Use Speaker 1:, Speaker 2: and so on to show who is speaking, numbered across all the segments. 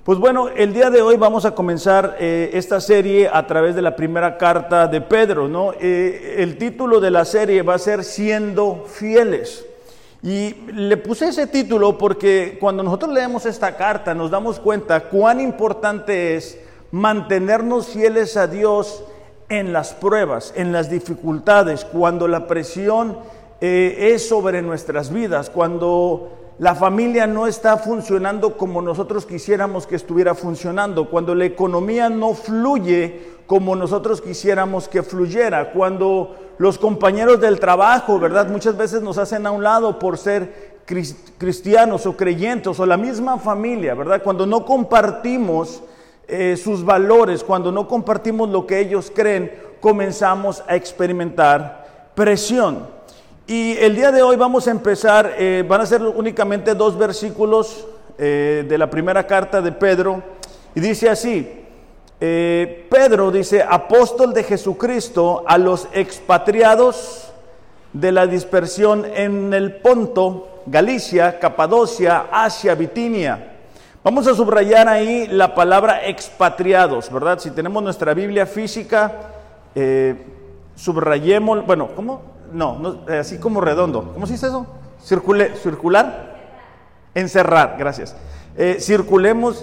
Speaker 1: Pues bueno, el día de hoy vamos a comenzar esta serie a través de la primera carta de Pedro, ¿no? El título de la serie va a ser Siendo Fieles. Y le puse ese título porque cuando nosotros leemos esta carta nos damos cuenta cuán importante es mantenernos fieles a Dios en las pruebas, en las dificultades, cuando la presión es sobre nuestras vidas, cuando la familia no está funcionando como nosotros quisiéramos que estuviera funcionando, cuando la economía no fluye como nosotros quisiéramos que fluyera, cuando los compañeros del trabajo, ¿verdad? Muchas veces nos hacen a un lado por ser cristianos o creyentes, o la misma familia, ¿verdad? Cuando no compartimos sus valores, cuando no compartimos lo que ellos creen, comenzamos a experimentar presión. Y el día de hoy vamos a empezar, van a ser únicamente 2 versículos de la primera carta de Pedro, y dice así, Pedro dice, apóstol de Jesucristo a los expatriados de la dispersión en el Ponto, Galicia, Capadocia, Asia, Bitinia. Vamos a subrayar ahí la palabra expatriados, ¿verdad? Si tenemos nuestra Biblia física, subrayemos, bueno, ¿cómo? No, así como redondo. ¿Cómo se dice eso? ¿Circular? Encerrar, gracias. Circular.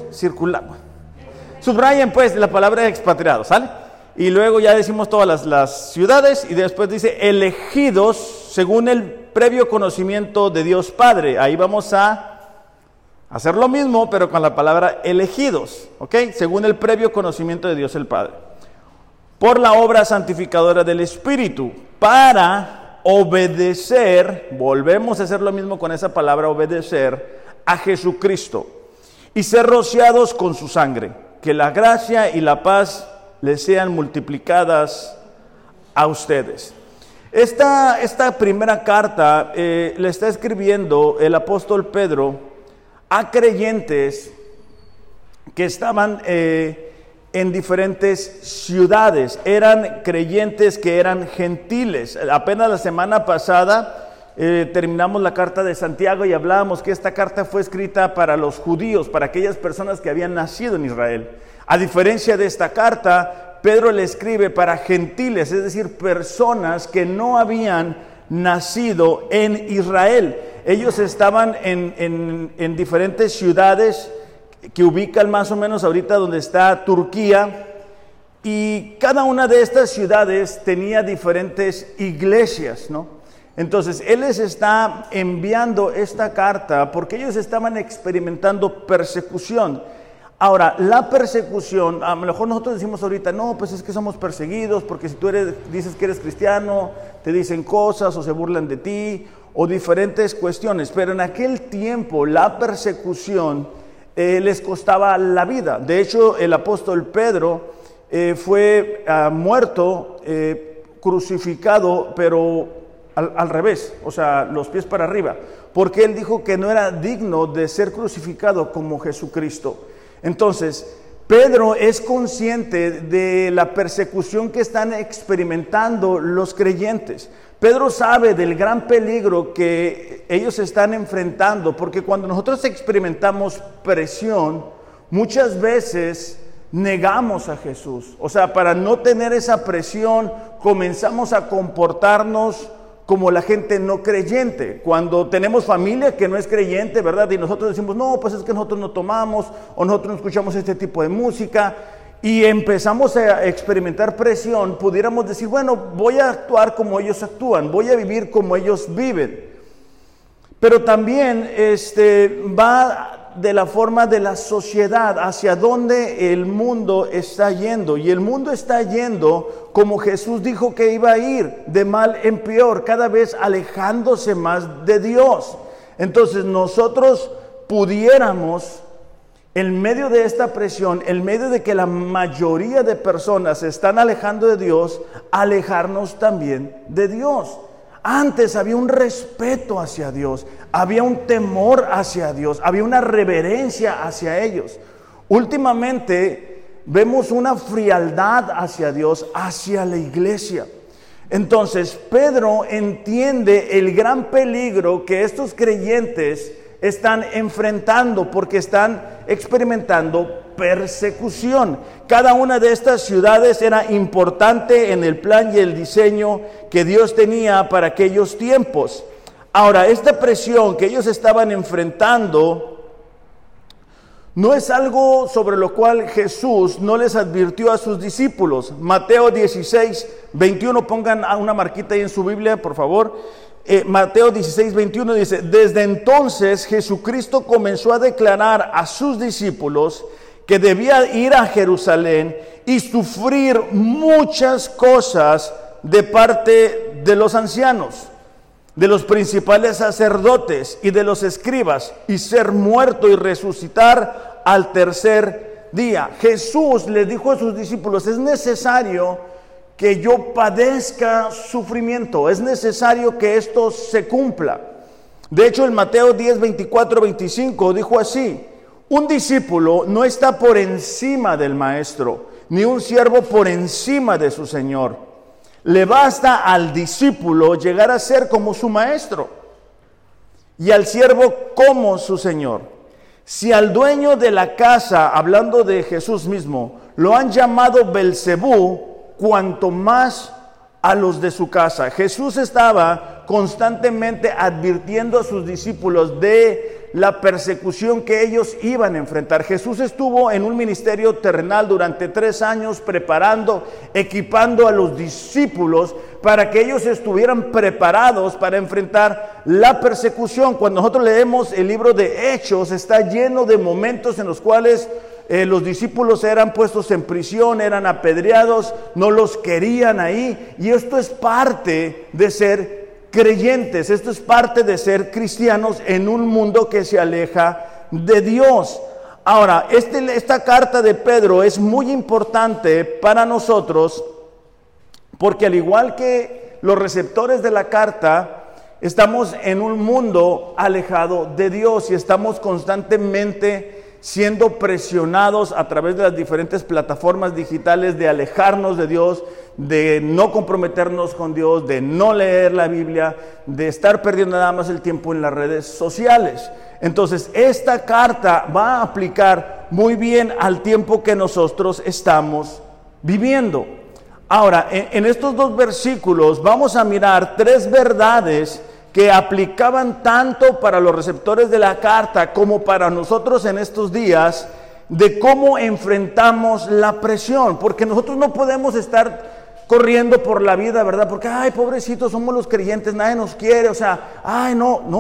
Speaker 1: Subrayen pues la palabra expatriado, ¿sale? Y luego ya decimos todas las ciudades y después dice elegidos según el previo conocimiento de Dios Padre. Ahí vamos a hacer lo mismo, pero con la palabra elegidos, ¿ok? Según el previo conocimiento de Dios el Padre. Por la obra santificadora del Espíritu, para obedecer, volvemos a hacer lo mismo con esa palabra obedecer, a Jesucristo, y ser rociados con su sangre, que la gracia y la paz les sean multiplicadas a ustedes. Esta primera carta le está escribiendo el apóstol Pedro a creyentes que estaban en diferentes ciudades, eran creyentes que eran gentiles. Apenas la semana pasada terminamos la carta de Santiago y hablábamos que esta carta fue escrita para los judíos, para aquellas personas que habían nacido en Israel. A diferencia de esta carta, Pedro le escribe para gentiles, es decir, personas que no habían nacido en Israel. Ellos estaban en diferentes ciudades que ubican más o menos ahorita donde está Turquía, y cada una de estas ciudades tenía diferentes iglesias, ¿no? Entonces, él les está enviando esta carta porque ellos estaban experimentando persecución. Ahora, la persecución, a lo mejor nosotros decimos ahorita, no, pues es que somos perseguidos porque si tú dices que eres cristiano, te dicen cosas o se burlan de ti o diferentes cuestiones, pero en aquel tiempo la persecución les costaba la vida. De hecho, el apóstol Pedro fue muerto, crucificado, pero al revés, o sea, los pies para arriba, porque él dijo que no era digno de ser crucificado como Jesucristo. Entonces, Pedro es consciente de la persecución que están experimentando los creyentes. Pedro sabe del gran peligro que ellos están enfrentando, porque cuando nosotros experimentamos presión, muchas veces negamos a Jesús. O sea, para no tener esa presión, comenzamos a comportarnos como la gente no creyente. Cuando tenemos familia que no es creyente, ¿verdad? Y nosotros decimos, no, pues es que nosotros no tomamos, o nosotros no escuchamos este tipo de música, y empezamos a experimentar presión, pudiéramos decir, bueno, voy a actuar como ellos actúan, voy a vivir como ellos viven. Pero también va de la forma de la sociedad, hacia donde el mundo está yendo. Y el mundo está yendo como Jesús dijo que iba a ir, de mal en peor, cada vez alejándose más de Dios. Entonces nosotros pudiéramos, en medio de esta presión, en medio de que la mayoría de personas se están alejando de Dios, alejarnos también de Dios. Antes había un respeto hacia Dios, había un temor hacia Dios, había una reverencia hacia ellos. Últimamente vemos una frialdad hacia Dios, hacia la iglesia. Entonces Pedro entiende el gran peligro que estos creyentes están enfrentando, porque están experimentando persecución. Cada una de estas ciudades era importante en el plan y el diseño que Dios tenía para aquellos tiempos. Ahora, esta presión que ellos estaban enfrentando no es algo sobre lo cual Jesús no les advirtió a sus discípulos. Mateo 16, 21, pongan una marquita ahí en su Biblia, por favor. Mateo 16, 21 dice: desde entonces Jesucristo comenzó a declarar a sus discípulos que debía ir a Jerusalén y sufrir muchas cosas de parte de los ancianos, de los principales sacerdotes y de los escribas, y ser muerto y resucitar al tercer día. Jesús le dijo a sus discípulos: es necesario que yo padezca sufrimiento, es necesario que esto se cumpla. De hecho, en Mateo 10, 24, 25 dijo así: un discípulo no está por encima del maestro, ni un siervo por encima de su señor. Le basta al discípulo llegar a ser como su maestro y al siervo como su señor. Si al dueño de la casa, hablando de Jesús mismo, lo han llamado Belcebú, cuanto más a los de su casa. Jesús estaba constantemente advirtiendo a sus discípulos de la persecución que ellos iban a enfrentar. Jesús estuvo en un ministerio terrenal durante 3 años preparando, equipando a los discípulos para que ellos estuvieran preparados para enfrentar la persecución. Cuando nosotros leemos el libro de Hechos, está lleno de momentos en los cuales los discípulos eran puestos en prisión, eran apedreados, no los querían ahí, y esto es parte de ser creyentes, esto es parte de ser cristianos en un mundo que se aleja de Dios. Ahora, esta carta de Pedro es muy importante para nosotros, porque al igual que los receptores de la carta, estamos en un mundo alejado de Dios y estamos constantemente siendo presionados a través de las diferentes plataformas digitales de alejarnos de Dios, de no comprometernos con Dios, de no leer la Biblia, de estar perdiendo nada más el tiempo en las redes sociales. Entonces, esta carta va a aplicar muy bien al tiempo que nosotros estamos viviendo. Ahora, en estos 2 versículos vamos a mirar 3 verdades que aplicaban tanto para los receptores de la carta como para nosotros en estos días, de cómo enfrentamos la presión, porque nosotros no podemos estar corriendo por la vida, ¿verdad? Porque, ay, pobrecitos, somos los creyentes, nadie nos quiere, o sea, ay,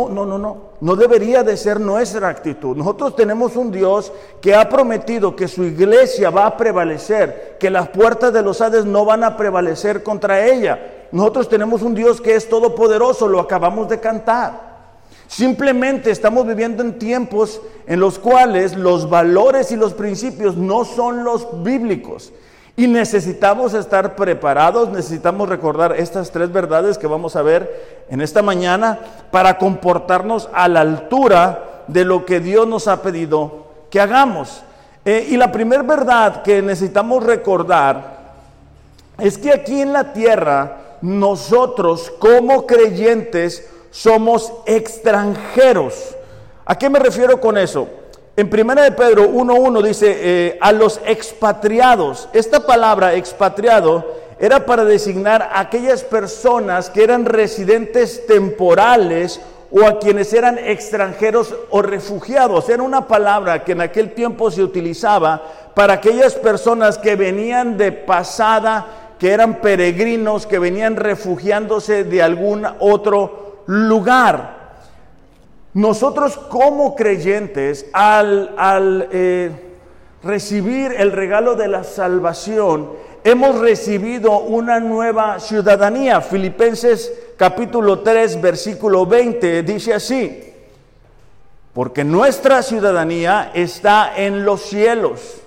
Speaker 1: no debería de ser nuestra actitud. Nosotros tenemos un Dios que ha prometido que su iglesia va a prevalecer, que las puertas de los Hades no van a prevalecer contra ella. Nosotros tenemos un Dios que es todopoderoso, lo acabamos de cantar. Simplemente estamos viviendo en tiempos en los cuales los valores y los principios no son los bíblicos. Y necesitamos estar preparados, necesitamos recordar estas 3 verdades que vamos a ver en esta mañana para comportarnos a la altura de lo que Dios nos ha pedido que hagamos. Y la primera verdad que necesitamos recordar es que aquí en la tierra nosotros como creyentes somos extranjeros. ¿A qué me refiero con eso? En 1 de Pedro 1:1 dice a los expatriados. Esta palabra expatriado era para designar a aquellas personas que eran residentes temporales o a quienes eran extranjeros o refugiados. Era una palabra que en aquel tiempo se utilizaba para aquellas personas que venían de pasada, que eran peregrinos, que venían refugiándose de algún otro lugar. Nosotros como creyentes, al recibir el regalo de la salvación, hemos recibido una nueva ciudadanía. Filipenses capítulo 3, versículo 20, dice así: porque nuestra ciudadanía está en los cielos,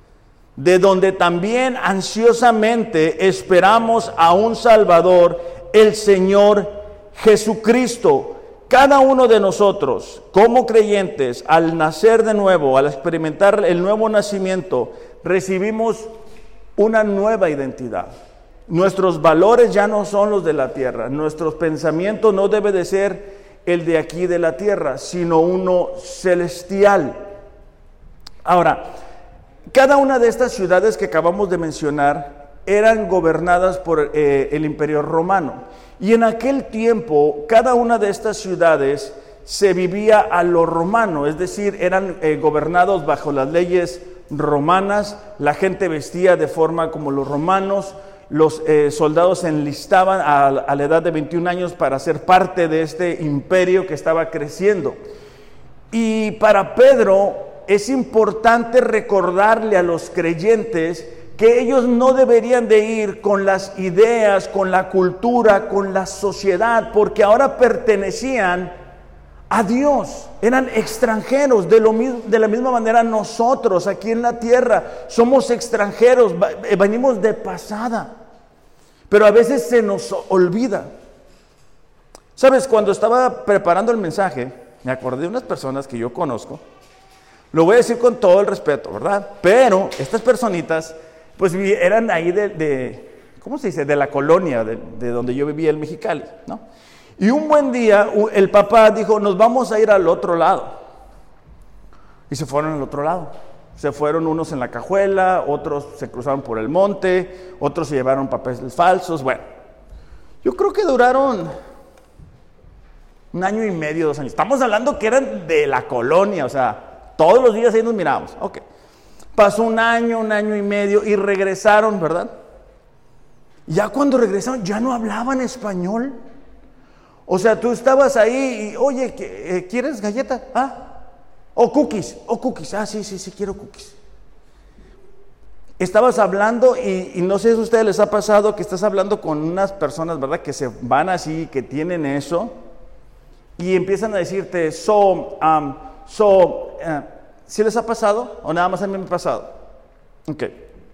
Speaker 1: de donde también ansiosamente esperamos a un Salvador, el Señor Jesucristo. Cada uno de nosotros, como creyentes, al nacer de nuevo, al experimentar el nuevo nacimiento, recibimos una nueva identidad. Nuestros valores ya no son los de la tierra. Nuestros pensamientos no debe de ser el de aquí de la tierra, sino uno celestial. Ahora, cada una de estas ciudades que acabamos de mencionar eran gobernadas por el Imperio Romano. Y en aquel tiempo, cada una de estas ciudades se vivía a lo romano, es decir, eran gobernados bajo las leyes romanas, la gente vestía de forma como los romanos, los soldados se enlistaban a la edad de 21 años para ser parte de este imperio que estaba creciendo. Y para Pedro es importante recordarle a los creyentes que ellos no deberían de ir con las ideas, con la cultura, con la sociedad, porque ahora pertenecían a Dios, eran extranjeros. De la misma manera nosotros aquí en la tierra somos extranjeros, venimos de pasada, pero a veces se nos olvida. Sabes, cuando estaba preparando el mensaje, me acordé de unas personas que yo conozco. Lo voy a decir con todo el respeto, ¿verdad? Pero estas personitas pues eran ahí ¿cómo se dice? De la colonia, de donde yo vivía en Mexicali, ¿no? Y un buen día el papá dijo, nos vamos a ir al otro lado. Y se fueron al otro lado. Se fueron unos en la cajuela, otros se cruzaron por el monte, otros se llevaron papeles falsos. Bueno, yo creo que duraron 1 año y medio, 2 años. Estamos hablando que eran de la colonia, o sea, todos los días ahí nos mirábamos. Ok. Pasó 1 año y medio y regresaron, ¿verdad? Ya cuando regresaron ya no hablaban español. O sea, tú estabas ahí y, oye, ¿quieres galleta? O cookies. Sí, quiero cookies. Estabas hablando y no sé si a ustedes les ha pasado que estás hablando con unas personas, ¿verdad? Que se van así, que tienen eso y empiezan a decirte, ¿sí les ha pasado o nada más a mí me ha pasado? Ok.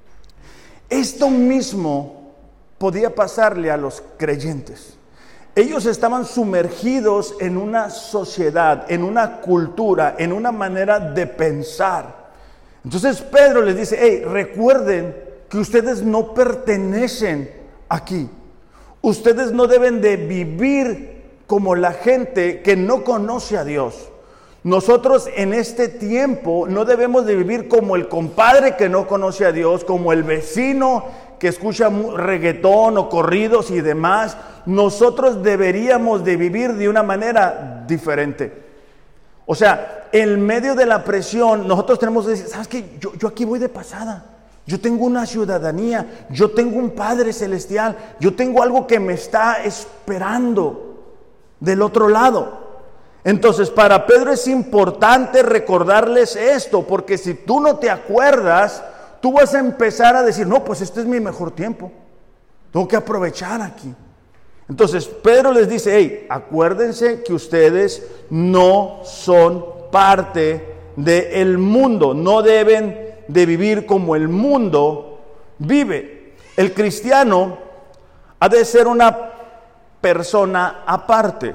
Speaker 1: Esto mismo podía pasarle a los creyentes. Ellos estaban sumergidos en una sociedad, en una cultura, en una manera de pensar. Entonces Pedro les dice, hey, recuerden que ustedes no pertenecen aquí. Ustedes no deben de vivir como la gente que no conoce a Dios. Nosotros en este tiempo no debemos de vivir como el compadre que no conoce a Dios, como el vecino que escucha reggaetón o corridos y demás. Nosotros deberíamos de vivir de una manera diferente. O sea, en medio de la presión, nosotros tenemos que decir, ¿sabes qué? Yo aquí voy de pasada. Yo tengo una ciudadanía, yo tengo un Padre Celestial, yo tengo algo que me está esperando del otro lado. Entonces, para Pedro es importante recordarles esto, porque si tú no te acuerdas, tú vas a empezar a decir, no, pues este es mi mejor tiempo, tengo que aprovechar aquí. Entonces, Pedro les dice, hey, acuérdense que ustedes no son parte del mundo, no deben de vivir como el mundo vive. El cristiano ha de ser una persona aparte,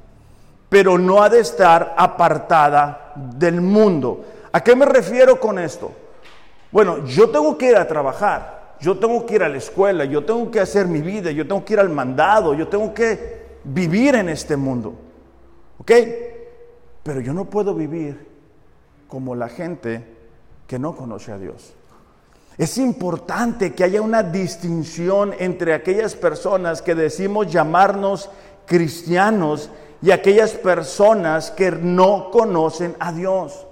Speaker 1: pero no ha de estar apartada del mundo. ¿A qué me refiero con esto? Bueno, yo tengo que ir a trabajar, yo tengo que ir a la escuela, yo tengo que hacer mi vida, yo tengo que ir al mandado, yo tengo que vivir en este mundo, ¿ok? Pero yo no puedo vivir como la gente que no conoce a Dios. Es importante que haya una distinción entre aquellas personas que decimos llamarnos cristianos y aquellas personas que no conocen a Dios.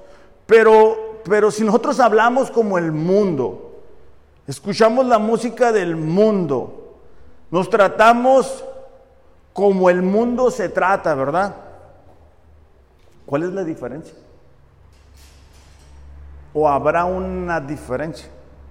Speaker 1: Pero si nosotros hablamos como el mundo, escuchamos la música del mundo, nos tratamos como el mundo se trata, ¿verdad? ¿Cuál es la diferencia? ¿O habrá una diferencia?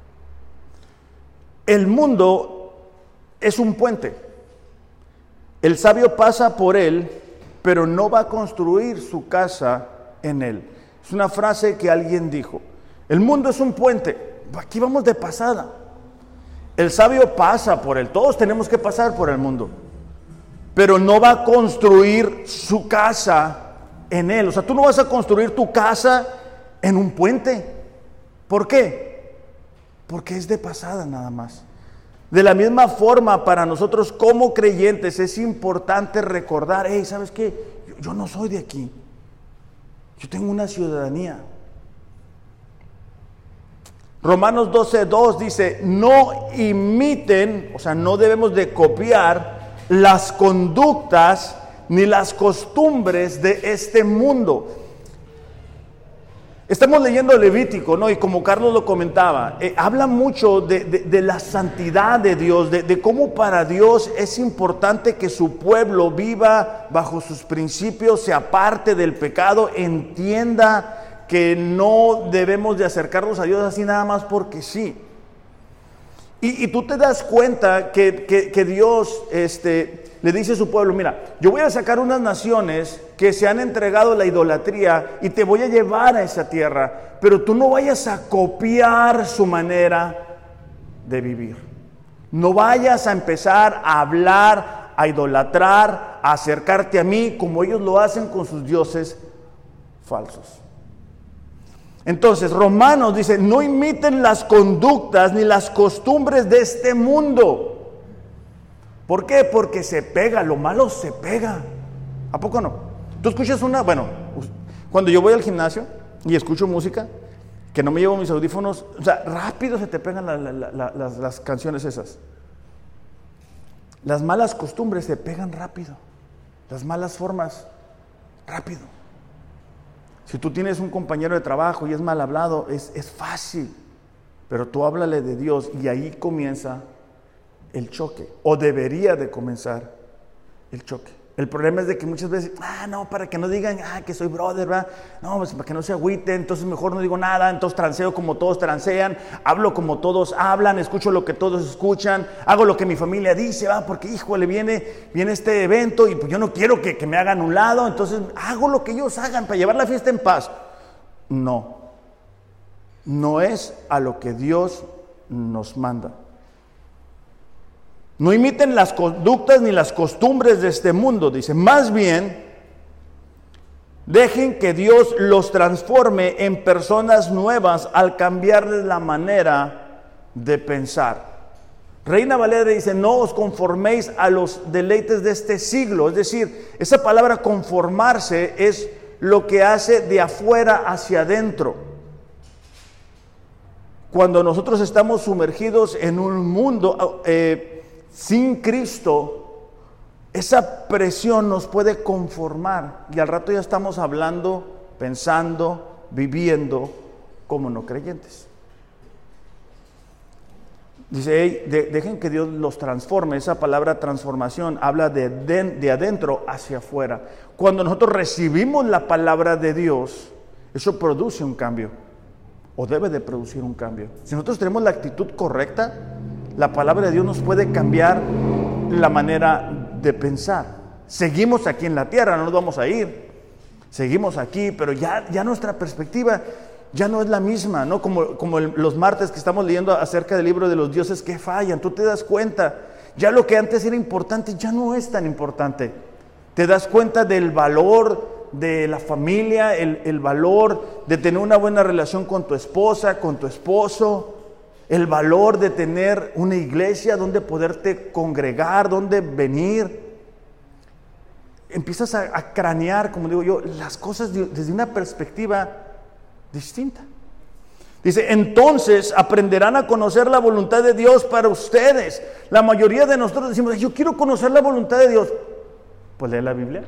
Speaker 1: El mundo es un puente. El sabio pasa por él, pero no va a construir su casa en él. Es una frase que alguien dijo. El mundo es un puente. Aquí vamos de pasada. El sabio pasa por él. Todos tenemos que pasar por el mundo. Pero no va a construir su casa en él. O sea, tú no vas a construir tu casa en un puente. ¿Por qué? Porque es de pasada nada más. De la misma forma, para nosotros como creyentes es importante recordar, hey, ¿sabes qué? Yo no soy de aquí. Yo tengo una ciudadanía. Romanos 12:2 dice, no imiten, o sea, no debemos de copiar las conductas ni las costumbres de este mundo. Estamos leyendo Levítico, ¿no? Y como Carlos lo comentaba, habla mucho de la santidad de Dios, de cómo para Dios es importante que su pueblo viva bajo sus principios, se aparte del pecado, entienda que no debemos de acercarnos a Dios así nada más porque sí. Y tú te das cuenta que Dios le dice a su pueblo, mira, yo voy a sacar unas naciones que se han entregado a la idolatría y te voy a llevar a esa tierra, pero tú no vayas a copiar su manera de vivir. No vayas a empezar a hablar, a idolatrar, a acercarte a mí como ellos lo hacen con sus dioses falsos. Entonces, Romanos dice, no imiten las conductas ni las costumbres de este mundo. ¿Por qué? Porque se pega, lo malo se pega. ¿A poco no? Tú escuchas cuando yo voy al gimnasio y escucho música, que no me llevo mis audífonos, o sea, rápido se te pegan las canciones esas. Las malas costumbres se pegan rápido. Las malas formas, rápido. Si tú tienes un compañero de trabajo y es mal hablado, es fácil. Pero tú háblale de Dios y ahí comienza el choque. O debería de comenzar el choque. El problema es de que muchas veces, no, para que no digan, que soy brother, ¿verdad? No, pues para que no se agüiten, entonces mejor no digo nada, entonces transeo como todos transean, hablo como todos hablan, escucho lo que todos escuchan, hago lo que mi familia dice, porque híjole, viene este evento y pues yo no quiero que me hagan un lado, entonces hago lo que ellos hagan para llevar la fiesta en paz. No es a lo que Dios nos manda. No imiten las conductas ni las costumbres de este mundo, dice. Más bien, dejen que Dios los transforme en personas nuevas al cambiarles la manera de pensar. Reina Valera dice, no os conforméis a los deleites de este siglo. Es decir, esa palabra conformarse es lo que hace de afuera hacia adentro. Cuando nosotros estamos sumergidos en un mundo sin Cristo, esa presión nos puede conformar y al rato ya estamos hablando, pensando, viviendo como no creyentes. Dice, dejen que Dios los transforme. Esa palabra transformación habla de adentro hacia afuera. Cuando nosotros recibimos la palabra de Dios, eso produce un cambio o debe de producir un cambio. Si nosotros tenemos la actitud correcta, la palabra de Dios nos puede cambiar la manera de pensar. Seguimos aquí en la tierra, no nos vamos a ir. Seguimos aquí, pero ya nuestra perspectiva ya no es la misma, ¿no? Como los martes que estamos leyendo acerca del libro de los dioses que fallan. Tú te das cuenta, ya lo que antes era importante ya no es tan importante. Te das cuenta del valor de la familia, el valor de tener una buena relación con tu esposa, con tu esposo. El valor de tener una iglesia donde poderte congregar, donde venir. Empiezas a cranear, como digo yo, las cosas desde una perspectiva distinta. Dice, entonces aprenderán a conocer la voluntad de Dios para ustedes. La mayoría de nosotros decimos, yo quiero conocer la voluntad de Dios. Pues lee la Biblia.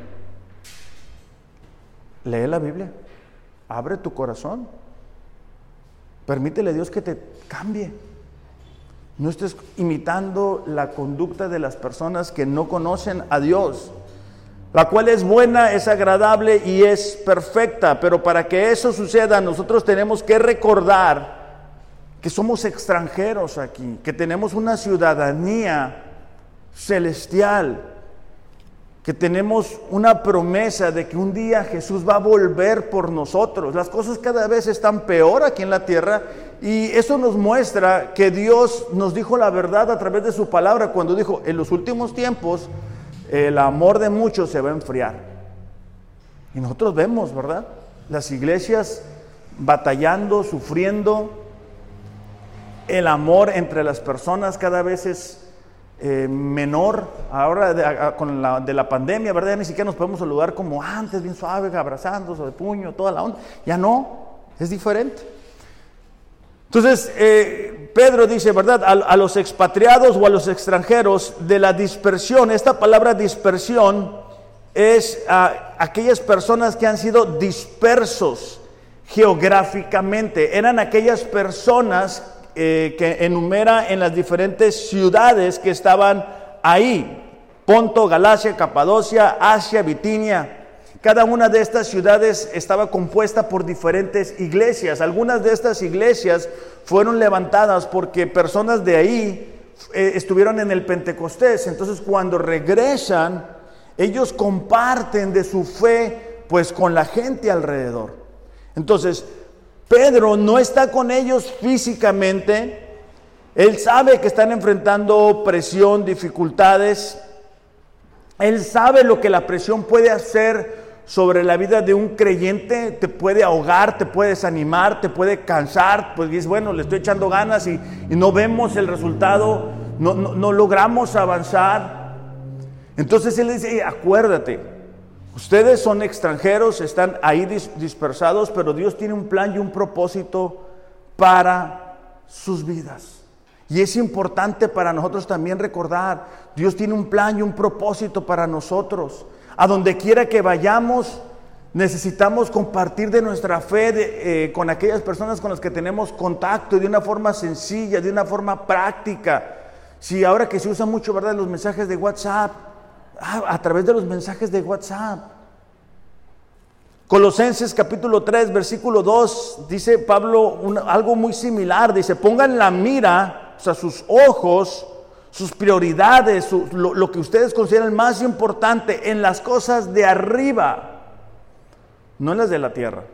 Speaker 1: Lee la Biblia. Abre tu corazón. Permítele a Dios que te cambie. No estés imitando la conducta de las personas que no conocen a Dios, la cual es buena, es agradable y es perfecta. Pero para que eso suceda, nosotros tenemos que recordar que somos extranjeros aquí, que tenemos una ciudadanía celestial, que tenemos una promesa de que un día Jesús va a volver por nosotros. Las cosas cada vez están peor aquí en la tierra y eso nos muestra que Dios nos dijo la verdad a través de su palabra cuando dijo, en los últimos tiempos el amor de muchos se va a enfriar. Y nosotros vemos, ¿verdad? Las iglesias batallando, sufriendo. El amor entre las personas cada vez es menor. Ahora con la pandemia, ¿verdad? Ya ni siquiera nos podemos saludar como antes, bien suave, abrazándose de puño, toda la onda. Ya no, es diferente. Entonces, Pedro dice, ¿verdad? A los expatriados o a los extranjeros de la dispersión. Esta palabra dispersión es aquellas personas que han sido dispersos geográficamente. Eran aquellas personas que enumera en las diferentes ciudades que estaban ahí. Ponto, Galacia, Capadocia, Asia, Bitinia. Cada una de estas ciudades estaba compuesta por diferentes iglesias. Algunas de estas iglesias fueron levantadas porque personas de ahí estuvieron en el Pentecostés. Entonces, cuando regresan, ellos comparten de su fe pues con la gente alrededor. Entonces, Pedro no está con ellos físicamente. Él sabe que están enfrentando presión, dificultades. Él sabe lo que la presión puede hacer sobre la vida de un creyente. Te puede ahogar, te puede desanimar, te puede cansar. Pues dices, bueno, le estoy echando ganas y no vemos el resultado, no logramos avanzar. Entonces él dice, acuérdate, ustedes son extranjeros, están ahí dispersados, pero Dios tiene un plan y un propósito para sus vidas. Y es importante para nosotros también recordar, Dios tiene un plan y un propósito para nosotros. A donde quiera que vayamos, necesitamos compartir de nuestra fe con aquellas personas con las que tenemos contacto, de una forma sencilla, de una forma práctica. Si ahora que se usa mucho, ¿verdad?, los mensajes de WhatsApp, a través de los mensajes de WhatsApp. Colosenses capítulo 3, versículo 2, dice Pablo algo muy similar. Dice, pongan la mira, o sea, sus ojos, sus prioridades, lo que ustedes consideran más importante en las cosas de arriba, no en las de la tierra.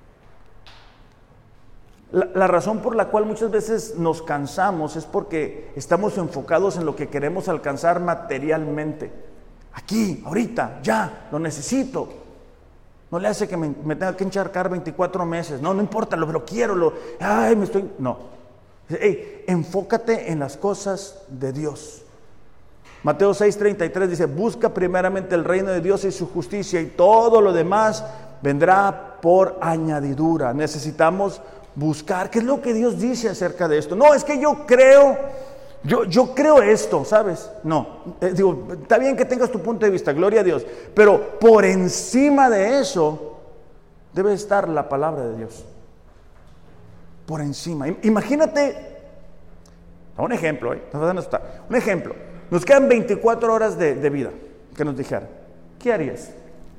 Speaker 1: La razón por la cual muchas veces nos cansamos es porque estamos enfocados en lo que queremos alcanzar materialmente. Aquí, ahorita, ya, lo necesito. No le hace que me tenga que encharcar 24 meses. No importa, lo quiero, no. Hey, enfócate en las cosas de Dios. Mateo 6:33 dice, busca primeramente el reino de Dios y su justicia y todo lo demás vendrá por añadidura. Necesitamos buscar, ¿qué es lo que Dios dice acerca de esto? No, es que yo creo esto, ¿sabes? No, está bien que tengas tu punto de vista, gloria a Dios, pero por encima de eso debe estar la palabra de Dios. Por encima. Imagínate, un ejemplo, un ejemplo, nos quedan 24 horas de vida, que nos dijeran, ¿qué harías?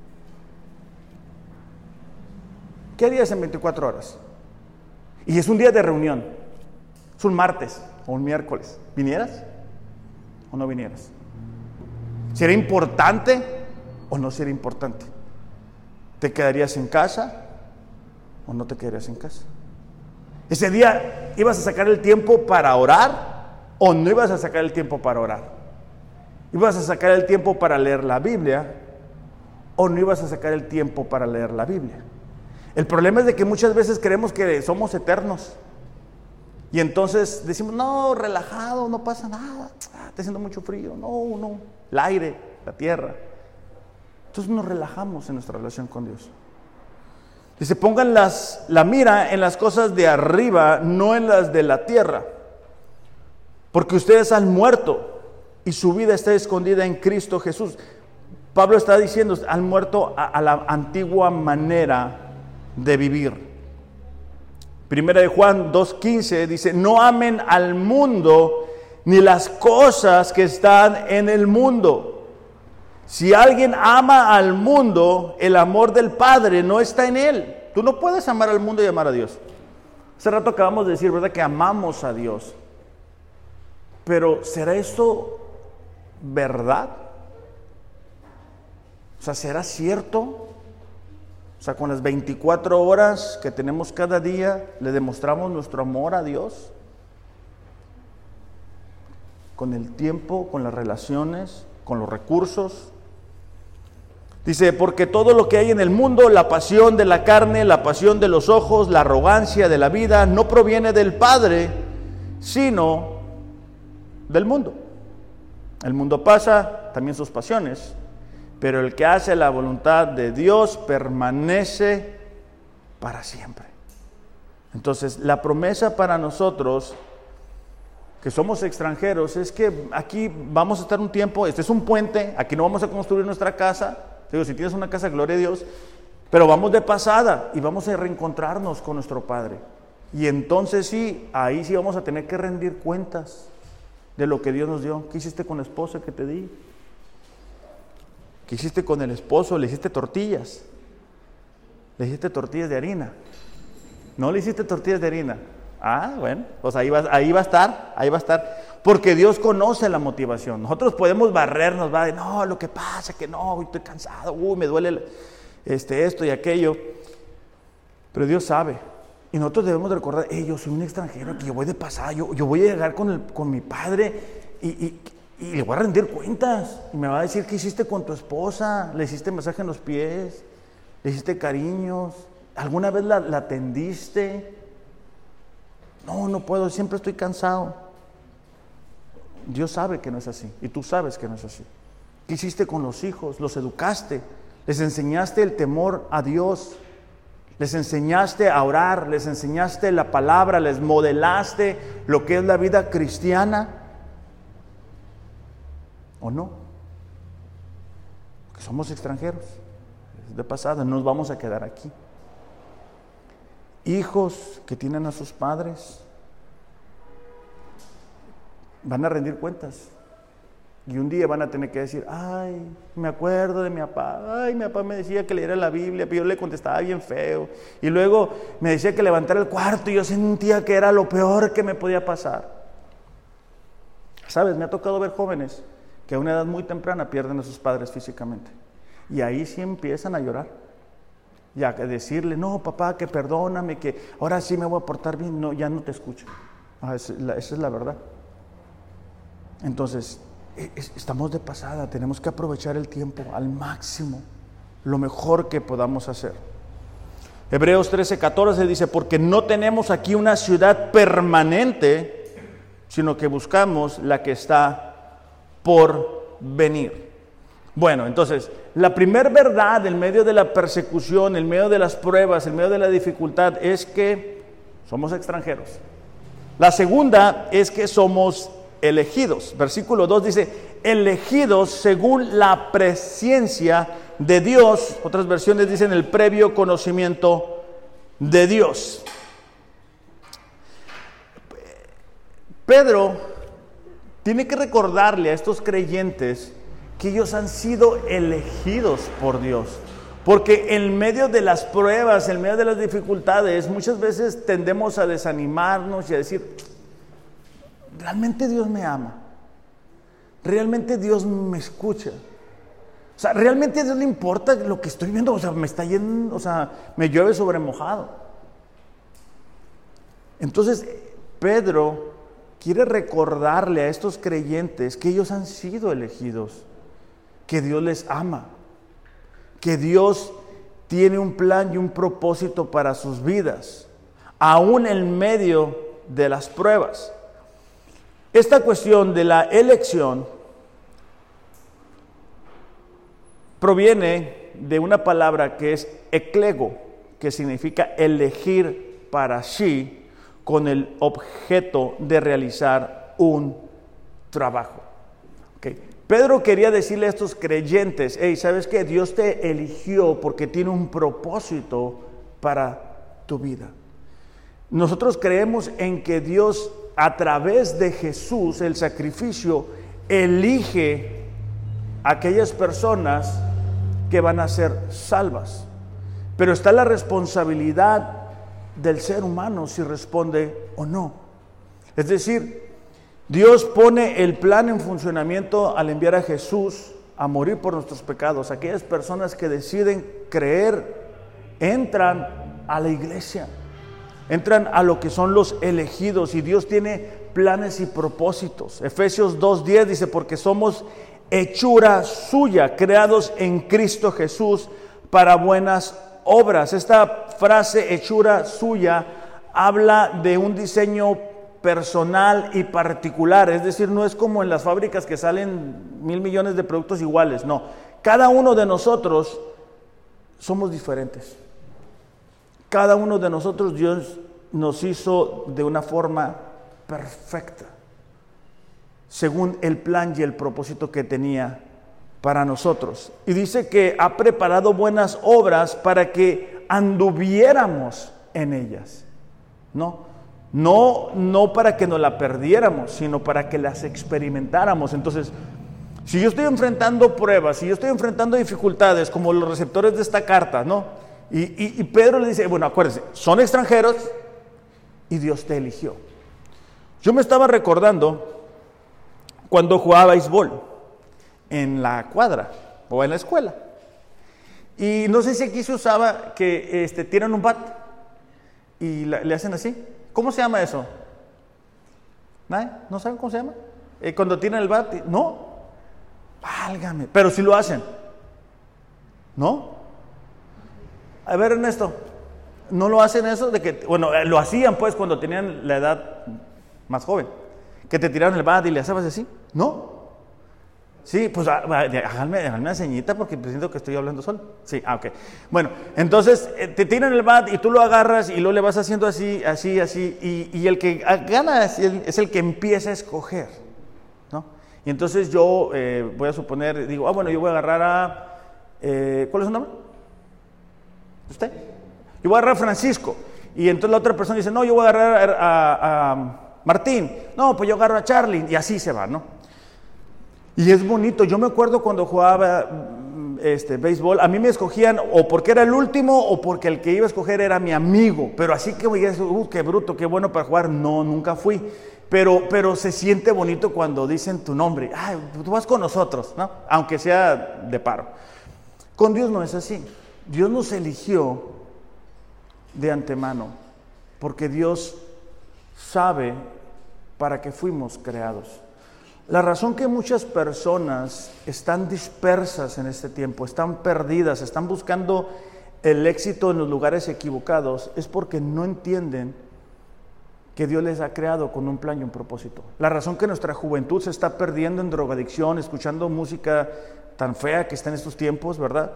Speaker 1: ¿Qué harías en 24 horas? Y es un día de reunión, es un martes o un miércoles, ¿vinieras o no vinieras? ¿Sería importante o no sería importante? ¿Te quedarías en casa o no te quedarías en casa? ¿Ese día ibas a sacar el tiempo para orar o no ibas a sacar el tiempo para orar? ¿Ibas a sacar el tiempo para leer la Biblia o no ibas a sacar el tiempo para leer la Biblia? El problema es de que muchas veces creemos que somos eternos y entonces decimos, no, relajado, no pasa nada, está haciendo mucho frío, no, el aire, la tierra. Entonces nos relajamos en nuestra relación con Dios. Dice, pongan la mira en las cosas de arriba, no en las de la tierra, porque ustedes han muerto y su vida está escondida en Cristo Jesús. Pablo está diciendo, han muerto a la antigua manera de vivir. Primera de Juan 2:15 dice, no amen al mundo ni las cosas que están en el mundo. Si alguien ama al mundo, el amor del Padre no está en él. Tú no puedes amar al mundo y amar a Dios. Hace rato acabamos de decir, ¿verdad?, que amamos a Dios. Pero ¿será esto verdad? O sea, ¿será cierto? O sea, con las 24 horas que tenemos cada día, ¿le demostramos nuestro amor a Dios? Con el tiempo, con las relaciones, con los recursos. Dice, porque todo lo que hay en el mundo, la pasión de la carne, la pasión de los ojos, la arrogancia de la vida, no proviene del Padre, sino del mundo. El mundo pasa, también sus pasiones, pero el que hace la voluntad de Dios permanece para siempre. Entonces, la promesa para nosotros, que somos extranjeros, es que aquí vamos a estar un tiempo, este es un puente, aquí no vamos a construir nuestra casa. Digo, si tienes una casa, gloria a Dios, pero vamos de pasada y vamos a reencontrarnos con nuestro Padre. Y entonces sí, ahí sí vamos a tener que rendir cuentas de lo que Dios nos dio. ¿Qué hiciste con la esposa que te di? ¿Qué hiciste con el esposo? ¿Le hiciste tortillas? ¿Le hiciste tortillas de harina? ¿No le hiciste tortillas de harina? Ah, bueno, pues ahí va a estar. Porque Dios conoce la motivación. Nosotros podemos barrernos, va de, no, lo que pasa que no, estoy cansado, me duele esto y aquello. Pero Dios sabe. Y nosotros debemos de recordar, yo soy un extranjero, que yo voy de pasada, yo voy a llegar con mi padre y le voy a rendir cuentas. Y me va a decir, ¿qué hiciste con tu esposa? ¿Le hiciste masaje en los pies? ¿Le hiciste cariños? ¿Alguna vez la atendiste? No puedo, siempre estoy cansado. Dios sabe que no es así, y tú sabes que no es así. ¿Qué hiciste con los hijos? ¿Los educaste? ¿Les enseñaste el temor a Dios? ¿Les enseñaste a orar? ¿Les enseñaste la palabra? ¿Les modelaste lo que es la vida cristiana? ¿O no? Porque somos extranjeros. De pasada, no nos vamos a quedar aquí. Hijos que tienen a sus padres van a rendir cuentas. Y un día van a tener que decir, ay, me acuerdo de mi papá, ay, mi papá me decía que leyera la Biblia, pero yo le contestaba bien feo. Y luego me decía que levantara el cuarto y yo sentía que era lo peor que me podía pasar. ¿Sabes? Me ha tocado ver jóvenes que a una edad muy temprana pierden a sus padres físicamente. Y ahí sí empiezan a llorar. Y a decirle, no, papá, que perdóname, que ahora sí me voy a portar bien. No, ya no te escucho. Esa es la verdad. Entonces, estamos de pasada, tenemos que aprovechar el tiempo al máximo, lo mejor que podamos hacer. Hebreos 13:14 dice, porque no tenemos aquí una ciudad permanente, sino que buscamos la que está por venir. Bueno, entonces, la primera verdad en medio de la persecución, en medio de las pruebas, en medio de la dificultad, es que somos extranjeros. La segunda es que somos elegidos. Versículo 2 dice, elegidos según la presciencia de Dios. Otras versiones dicen el previo conocimiento de Dios. Pedro tiene que recordarle a estos creyentes que ellos han sido elegidos por Dios. Porque en medio de las pruebas, en medio de las dificultades, muchas veces tendemos a desanimarnos y a decir, ¿realmente Dios me ama? ¿Realmente Dios me escucha? O sea, ¿realmente a Dios le importa lo que estoy viendo? O sea, me está yendo, me llueve sobre mojado. Entonces, Pedro quiere recordarle a estos creyentes que ellos han sido elegidos, que Dios les ama, que Dios tiene un plan y un propósito para sus vidas, aún en medio de las pruebas. Esta cuestión de la elección proviene de una palabra que es eklego, que significa elegir para sí con el objeto de realizar un trabajo. Okay. Pedro quería decirle a estos creyentes, ¿sabes qué? Dios te eligió porque tiene un propósito para tu vida. Nosotros creemos en que Dios, a través de Jesús, el sacrificio, elige a aquellas personas que van a ser salvas. Pero está la responsabilidad del ser humano si responde o no. Es decir, Dios pone el plan en funcionamiento al enviar a Jesús a morir por nuestros pecados. Aquellas personas que deciden creer entran a la iglesia, entran a lo que son los elegidos, y Dios tiene planes y propósitos. Efesios 2:10 dice, porque somos hechura suya, creados en Cristo Jesús para buenas obras. Esta frase, hechura suya, habla de un diseño personal y particular. Es decir, no es como en las fábricas que salen 1,000 millones de productos iguales. No, cada uno de nosotros somos diferentes. Cada uno de nosotros Dios nos hizo de una forma perfecta, según el plan y el propósito que tenía para nosotros. Y dice que ha preparado buenas obras para que anduviéramos en ellas. No para que nos la perdiéramos, sino para que las experimentáramos. Entonces, si yo estoy enfrentando pruebas, si yo estoy enfrentando dificultades, como los receptores de esta carta, y Pedro le dice, bueno, acuérdense, son extranjeros y Dios te eligió. Yo me estaba recordando cuando jugaba béisbol en la cuadra o en la escuela. Y no sé si aquí se usaba que tiran un bat y le hacen así. ¿Cómo se llama eso? ¿No saben cómo se llama? Cuando tiran el bat, no. Válgame, pero si lo hacen, ¿no? A ver, Ernesto, ¿no lo hacen eso? Lo hacían pues cuando tenían la edad más joven, que te tiraron el bat y le hacías así, ¿no? Sí, pues háganme una señita porque siento que estoy hablando solo. Sí, ok. Bueno, entonces te tiran el bat y tú lo agarras y luego le vas haciendo así, y el que gana es el que empieza a escoger, ¿no? Y entonces yo voy a suponer, digo, yo voy a agarrar a... ¿cuál es su nombre? ¿Usted? Yo voy a agarrar a Francisco. Y entonces la otra persona dice, no, yo voy a agarrar a Martín. No, pues yo agarro a Charlie. Y así se va, ¿no? Y es bonito. Yo me acuerdo cuando jugaba béisbol, a mí me escogían o porque era el último o porque el que iba a escoger era mi amigo. Pero así que qué bruto, qué bueno para jugar. No, nunca fui. Pero se siente bonito cuando dicen tu nombre. Ay, tú vas con nosotros, ¿no? Aunque sea de paro. Con Dios no es así. Dios nos eligió de antemano porque Dios sabe para qué fuimos creados. La razón que muchas personas están dispersas en este tiempo, están perdidas, están buscando el éxito en los lugares equivocados, es porque no entienden que Dios les ha creado con un plan y un propósito. La razón que nuestra juventud se está perdiendo en drogadicción, escuchando música tan fea que está en estos tiempos, ¿verdad?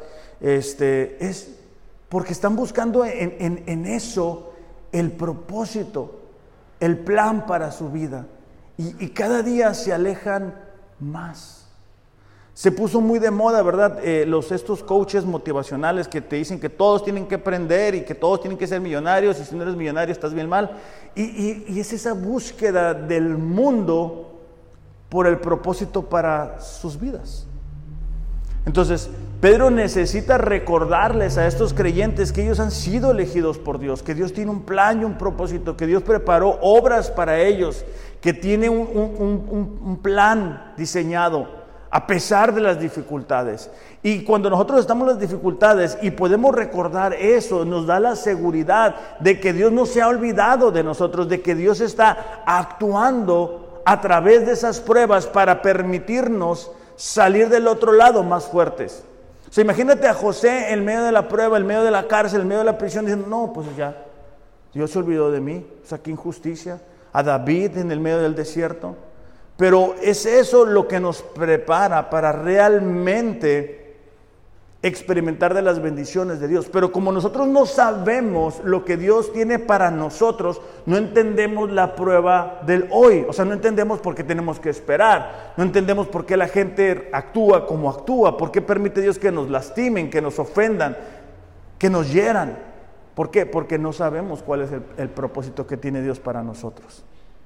Speaker 1: Es porque están buscando en eso el propósito, el plan para su vida. Y cada día se alejan más. Se puso muy de moda, ¿verdad? Estos coaches motivacionales que te dicen que todos tienen que aprender y que todos tienen que ser millonarios, y si no eres millonario estás bien mal. Y es esa búsqueda del mundo por el propósito para sus vidas. Entonces, Pedro necesita recordarles a estos creyentes que ellos han sido elegidos por Dios, que Dios tiene un plan y un propósito, que Dios preparó obras para ellos, que tiene un plan diseñado a pesar de las dificultades. Y cuando nosotros estamos en las dificultades y podemos recordar eso, nos da la seguridad de que Dios no se ha olvidado de nosotros, de que Dios está actuando a través de esas pruebas para permitirnos salir del otro lado más fuertes. O sea, imagínate a José en medio de la prueba, en medio de la cárcel, en medio de la prisión, diciendo, no, pues ya, Dios se olvidó de mí, o sea, qué injusticia. A David en el medio del desierto. Pero es eso lo que nos prepara para realmente experimentar de las bendiciones de Dios. Pero como nosotros no sabemos lo que Dios tiene para nosotros, no entendemos la prueba del hoy. O sea, no entendemos por qué tenemos que esperar. No entendemos por qué la gente actúa como actúa. ¿Por qué permite Dios que nos lastimen, que nos ofendan, que nos hieran? ¿Por qué? Porque no sabemos cuál es el propósito que tiene Dios para nosotros.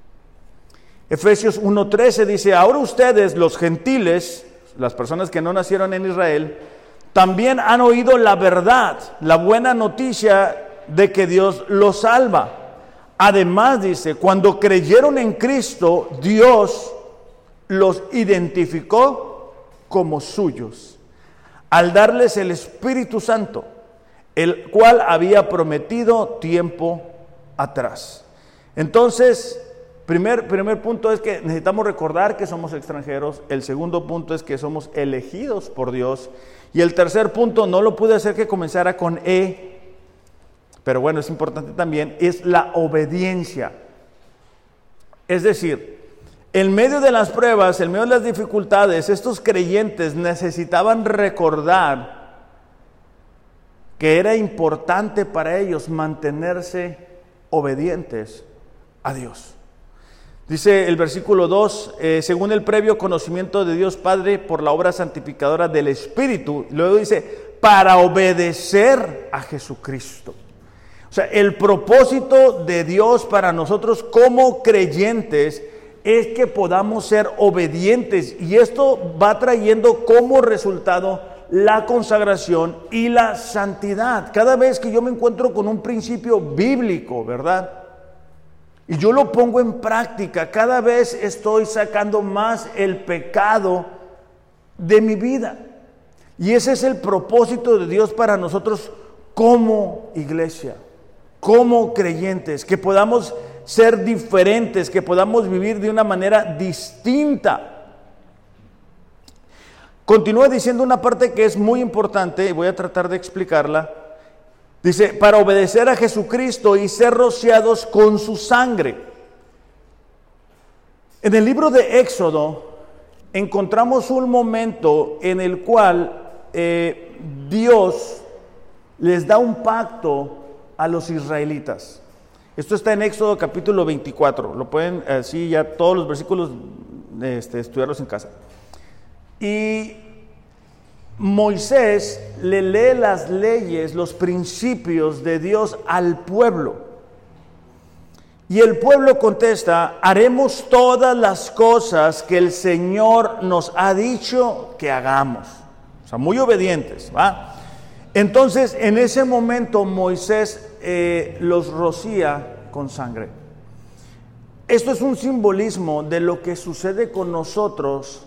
Speaker 1: Efesios 1:13 dice, ahora ustedes, los gentiles, las personas que no nacieron en Israel, también han oído la verdad, la buena noticia de que Dios los salva. Además dice, cuando creyeron en Cristo, Dios los identificó como suyos, al darles el Espíritu Santo, el cual había prometido tiempo atrás. Entonces, primer punto es que necesitamos recordar que somos extranjeros. El segundo punto es que somos elegidos por Dios. Y el tercer punto, no lo pude hacer que comenzara con E, pero bueno, es importante también, es la obediencia. Es decir, en medio de las pruebas, en medio de las dificultades, estos creyentes necesitaban recordar que era importante para ellos mantenerse obedientes a Dios. Dice el versículo 2, según el previo conocimiento de Dios Padre por la obra santificadora del Espíritu. Luego dice, para obedecer a Jesucristo. O sea, el propósito de Dios para nosotros como creyentes es que podamos ser obedientes. Y esto va trayendo como resultado la consagración y la santidad. Cada vez que yo me encuentro con un principio bíblico, ¿verdad?, y yo lo pongo en práctica, cada vez estoy sacando más el pecado de mi vida. Y ese es el propósito de Dios para nosotros como iglesia, como creyentes, que podamos ser diferentes, que podamos vivir de una manera distinta. Continúa diciendo una parte que es muy importante y voy a tratar de explicarla. Dice, para obedecer a Jesucristo y ser rociados con su sangre. En el libro de Éxodo encontramos un momento en el cual Dios les da un pacto a los israelitas. Esto está en Éxodo capítulo 24. Lo pueden, así ya todos los versículos, estudiarlos en casa. Y Moisés le lee las leyes, los principios de Dios al pueblo. Y el pueblo contesta, haremos todas las cosas que el Señor nos ha dicho que hagamos. O sea, muy obedientes, ¿va? Entonces, en ese momento Moisés los rocía con sangre. Esto es un simbolismo de lo que sucede con nosotros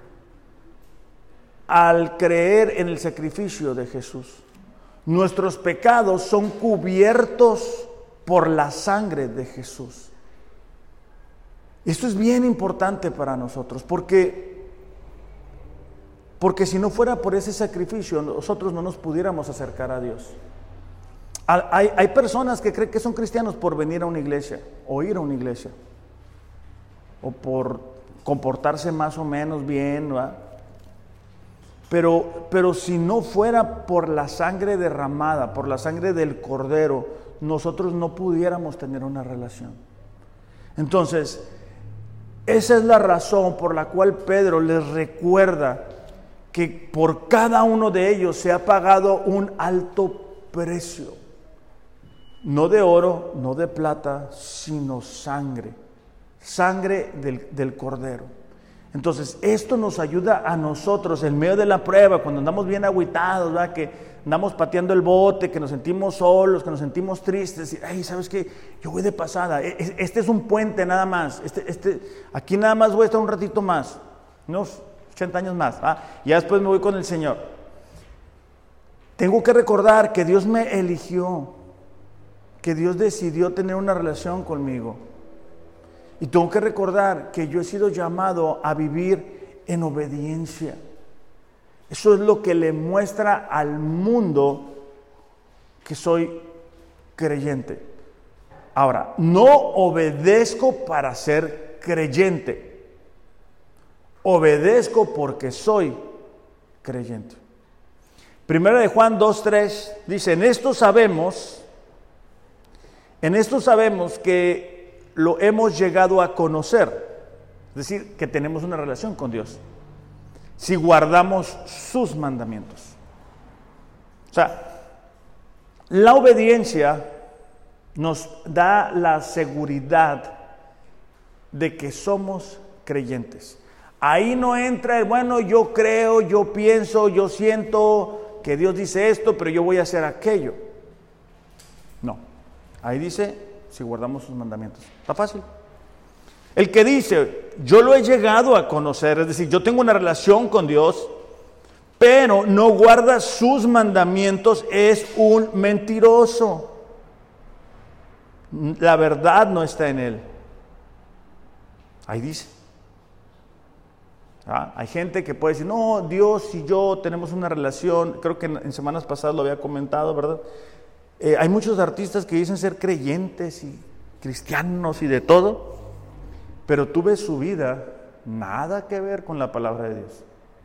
Speaker 1: al creer en el sacrificio de Jesús. Nuestros pecados son cubiertos por la sangre de Jesús. Esto es bien importante para nosotros, porque si no fuera por ese sacrificio, nosotros no nos pudiéramos acercar a Dios. Hay personas que creen que son cristianos por venir a una iglesia, o ir a una iglesia, o por comportarse más o menos bien, ¿verdad? Pero si no fuera por la sangre derramada, por la sangre del Cordero, nosotros no pudiéramos tener una relación. Entonces, esa es la razón por la cual Pedro les recuerda que por cada uno de ellos se ha pagado un alto precio. No de oro, no de plata, sino sangre. Sangre del Cordero. Entonces, esto nos ayuda a nosotros en medio de la prueba, cuando andamos bien agüitados, ¿verdad?, que andamos pateando el bote, que nos sentimos solos, que nos sentimos tristes. Y, ay, ¿sabes qué? Yo voy de pasada. Este es un puente nada más. Aquí nada más voy a estar un ratito más, unos 80 años más. Y ya después me voy con el Señor. Tengo que recordar que Dios me eligió, que Dios decidió tener una relación conmigo. Y tengo que recordar que yo he sido llamado a vivir en obediencia. Eso es lo que le muestra al mundo que soy creyente. Ahora, no obedezco para ser creyente. Obedezco porque soy creyente. Primera de Juan 2:3 dice, en esto sabemos que lo hemos llegado a conocer, es decir, que tenemos una relación con Dios, si guardamos sus mandamientos. O sea, la obediencia nos da la seguridad de que somos creyentes. Ahí no entra el, bueno, yo creo, yo pienso, yo siento que Dios dice esto, pero yo voy a hacer aquello. No, ahí dice, si guardamos sus mandamientos. Está fácil. El que dice, yo lo he llegado a conocer, es decir, yo tengo una relación con Dios, pero no guarda sus mandamientos, es un mentiroso. La verdad no está en él. Ahí dice. Hay gente que puede decir, no, Dios y yo tenemos una relación, creo que en semanas pasadas lo había comentado, ¿verdad? Hay muchos artistas que dicen ser creyentes y cristianos y de todo, pero tú ves su vida, nada que ver con la palabra de Dios.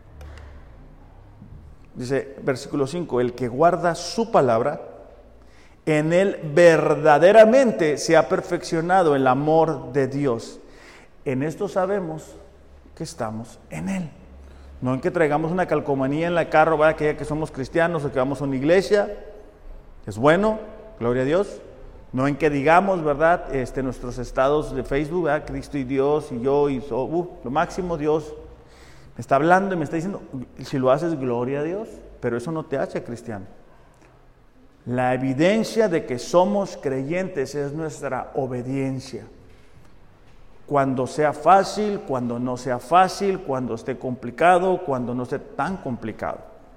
Speaker 1: Dice, versículo 5, el que guarda su palabra, En Él verdaderamente se ha perfeccionado el amor de Dios. En esto sabemos que estamos en Él. No en que traigamos una calcomanía en la carro, ¿verdad? Que diga que somos cristianos o que vamos a una iglesia. Es bueno, gloria a Dios. No en que digamos, ¿verdad? Nuestros estados de Facebook, ¿verdad? Cristo y Dios y yo y lo máximo. Dios me está hablando y me está diciendo, si lo haces, gloria a Dios, pero eso no te hace cristiano. La evidencia de que somos creyentes es nuestra obediencia. Cuando sea fácil, cuando no sea fácil, cuando esté complicado, cuando no esté tan complicado.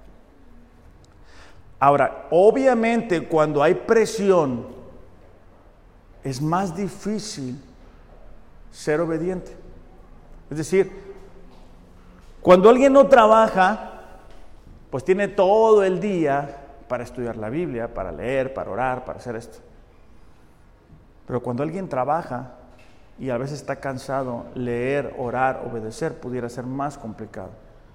Speaker 1: Ahora, obviamente, cuando hay presión, es más difícil ser obediente. Es decir, cuando alguien no trabaja, pues tiene todo el día para estudiar la Biblia, para leer, para orar, para hacer esto. Pero cuando alguien trabaja y a veces está cansado, leer, orar, obedecer pudiera ser más complicado.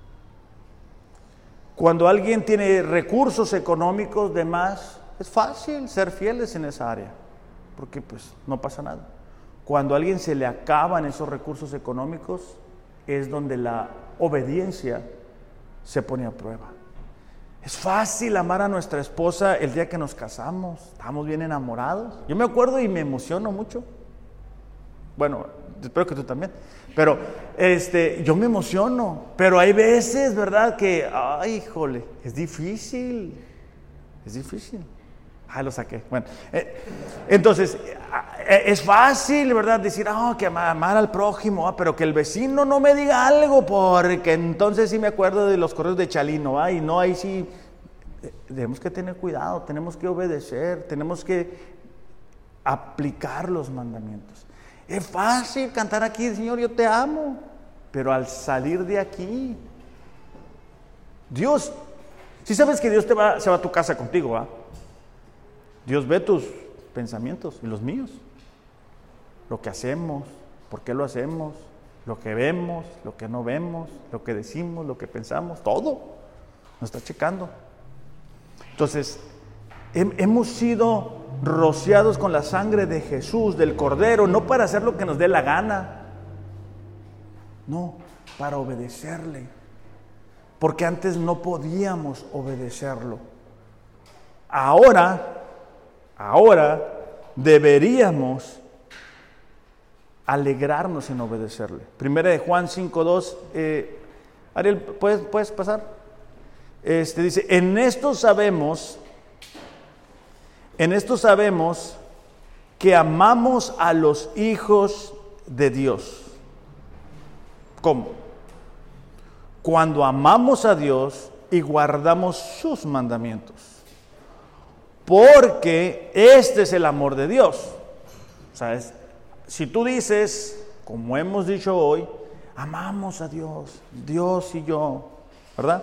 Speaker 1: Cuando alguien tiene recursos económicos de más, es fácil ser fieles en esa área, porque pues no pasa nada. Cuando a alguien se le acaban esos recursos económicos, es donde la obediencia se pone a prueba. Es fácil amar a nuestra esposa el día que nos casamos, estamos bien enamorados. Yo me acuerdo y me emociono mucho. Bueno, espero que tú también. Pero yo me emociono, pero hay veces, ¿verdad? Que, ay, híjole, es difícil. Lo saqué. Bueno, entonces, es fácil, ¿verdad? Decir, que amar al prójimo, pero que el vecino no me diga algo, porque entonces sí me acuerdo de los correos de Chalino, y no, ahí sí, tenemos que tener cuidado, tenemos que obedecer, tenemos que aplicar los mandamientos. Es fácil cantar aquí, Señor, yo te amo, pero al salir de aquí, Dios, si sabes que Dios se va a tu casa contigo, ¿va? Dios ve tus pensamientos y los míos, lo que hacemos, por qué lo hacemos, lo que vemos, lo que no vemos, lo que decimos, lo que pensamos, todo nos está checando. Entonces, hemos sido rociados con la sangre de Jesús, del Cordero, no para hacer lo que nos dé la gana, no, para obedecerle, porque antes no podíamos obedecerlo. Ahora deberíamos alegrarnos en obedecerle. Primera de Juan 5:2, Ariel, ¿puedes pasar? Dice, en esto sabemos que amamos a los hijos de Dios. ¿Cómo? Cuando amamos a Dios y guardamos sus mandamientos. Porque este es el amor de Dios. ¿Sabes? Si tú dices, como hemos dicho hoy, amamos a Dios, Dios y yo, ¿verdad?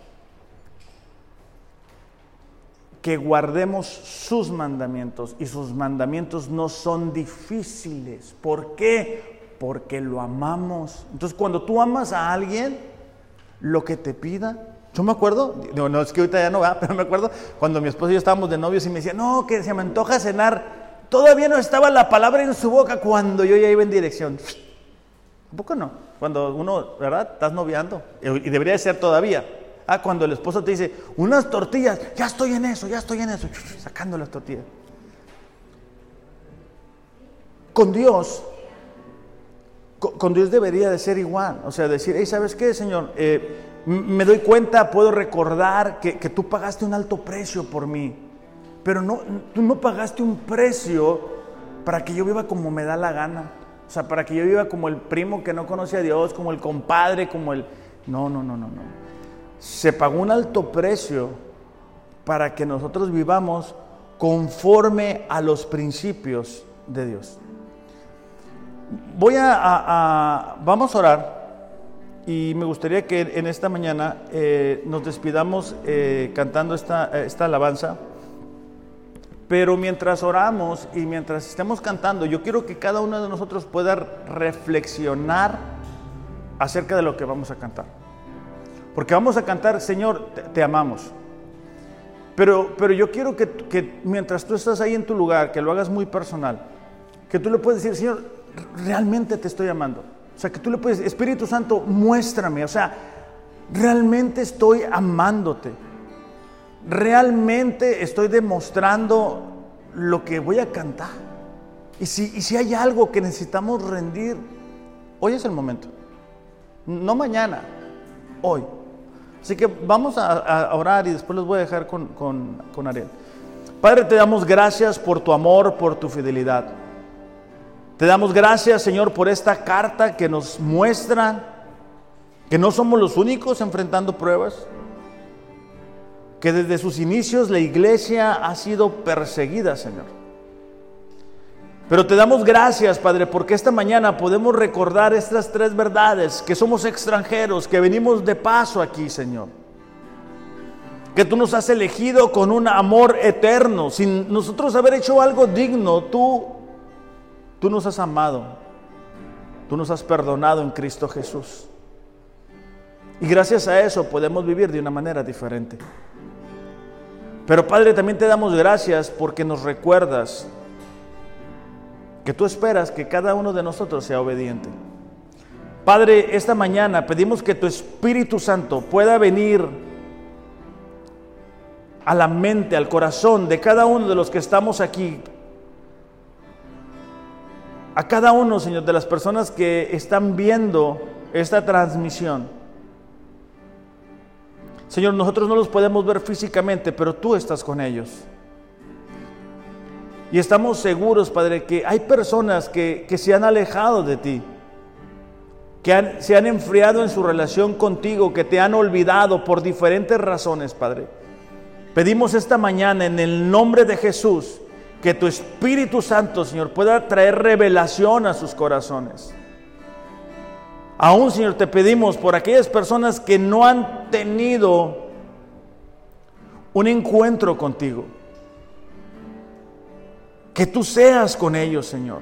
Speaker 1: Que guardemos sus mandamientos, y sus mandamientos no son difíciles. ¿Por qué? Porque lo amamos. Entonces, cuando tú amas a alguien, lo que te pida. Yo me acuerdo, no es que ahorita ya no va, pero me acuerdo cuando mi esposo y yo estábamos de novios y me decía, no, que se me antoja cenar. Todavía no estaba la palabra en su boca cuando yo ya iba en dirección. ¿Un poco no? Cuando uno, ¿verdad? Estás noviando, y debería de ser todavía. Cuando el esposo te dice, unas tortillas, ya estoy en eso, sacando las tortillas. Con Dios debería de ser igual. O sea, decir, ¿sabes qué, Señor? Me doy cuenta, puedo recordar que tú pagaste un alto precio por mí, pero tú no pagaste un precio para que yo viva como me da la gana. O sea, para que yo viva como el primo que no conoce a Dios, como el compadre, como el... No. Se pagó un alto precio para que nosotros vivamos conforme a los principios de Dios. Vamos a orar. Y me gustaría que en esta mañana nos despidamos cantando esta alabanza. Pero mientras oramos y mientras estemos cantando, yo quiero que cada uno de nosotros pueda reflexionar acerca de lo que vamos a cantar. Porque vamos a cantar, Señor, te amamos. Pero yo quiero que mientras tú estás ahí en tu lugar, que lo hagas muy personal, que tú le puedes decir, Señor, realmente te estoy amando. O sea, que tú le puedes, Espíritu Santo, muéstrame, o sea, realmente estoy amándote. Realmente estoy demostrando lo que voy a cantar. Y si hay algo que necesitamos rendir, hoy es el momento. No mañana, hoy. Así que vamos a orar y después los voy a dejar con Ariel. Padre, te damos gracias por tu amor, por tu fidelidad. Te damos gracias, Señor, por esta carta que nos muestra que no somos los únicos enfrentando pruebas, que desde sus inicios la iglesia ha sido perseguida, Señor. Pero te damos gracias, Padre, porque esta mañana podemos recordar estas tres verdades, que somos extranjeros, que venimos de paso aquí, Señor. Que tú nos has elegido con un amor eterno, sin nosotros haber hecho algo digno. Tú nos has amado, tú nos has perdonado en Cristo Jesús. Y gracias a eso podemos vivir de una manera diferente. Pero Padre, también te damos gracias porque nos recuerdas que tú esperas que cada uno de nosotros sea obediente. Padre, esta mañana pedimos que tu Espíritu Santo pueda venir a la mente, al corazón de cada uno de los que estamos aquí. A cada uno, Señor, de las personas que están viendo esta transmisión. Señor, nosotros no los podemos ver físicamente, pero tú estás con ellos. Y estamos seguros, Padre, que hay personas que se han alejado de ti, que se han enfriado en su relación contigo, que te han olvidado por diferentes razones, Padre. Pedimos esta mañana en el nombre de Jesús que tu Espíritu Santo, Señor, pueda traer revelación a sus corazones. Aún, Señor, te pedimos por aquellas personas que no han tenido un encuentro contigo, que tú seas con ellos, Señor.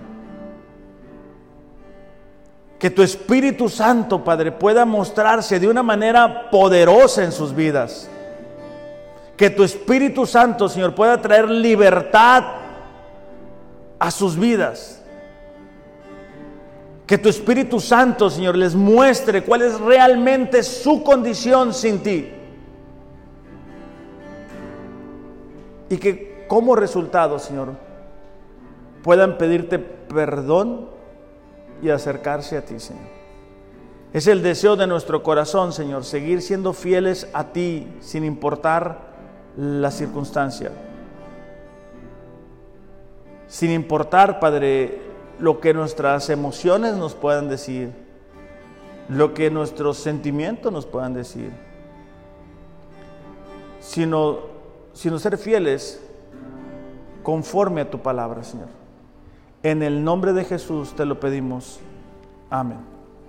Speaker 1: Que tu Espíritu Santo, Padre, pueda mostrarse de una manera poderosa en sus vidas. Que tu Espíritu Santo, Señor, pueda traer libertad a sus vidas. Que tu Espíritu Santo, Señor, les muestre cuál es realmente su condición sin ti. Y que como resultado, Señor, puedan pedirte perdón y acercarse a ti, Señor. Es el deseo de nuestro corazón, Señor, seguir siendo fieles a ti sin importar la circunstancia. Sin importar, Padre, lo que nuestras emociones nos puedan decir, lo que nuestros sentimientos nos puedan decir, sino ser fieles conforme a tu palabra, Señor. En el nombre de Jesús te lo pedimos. Amén.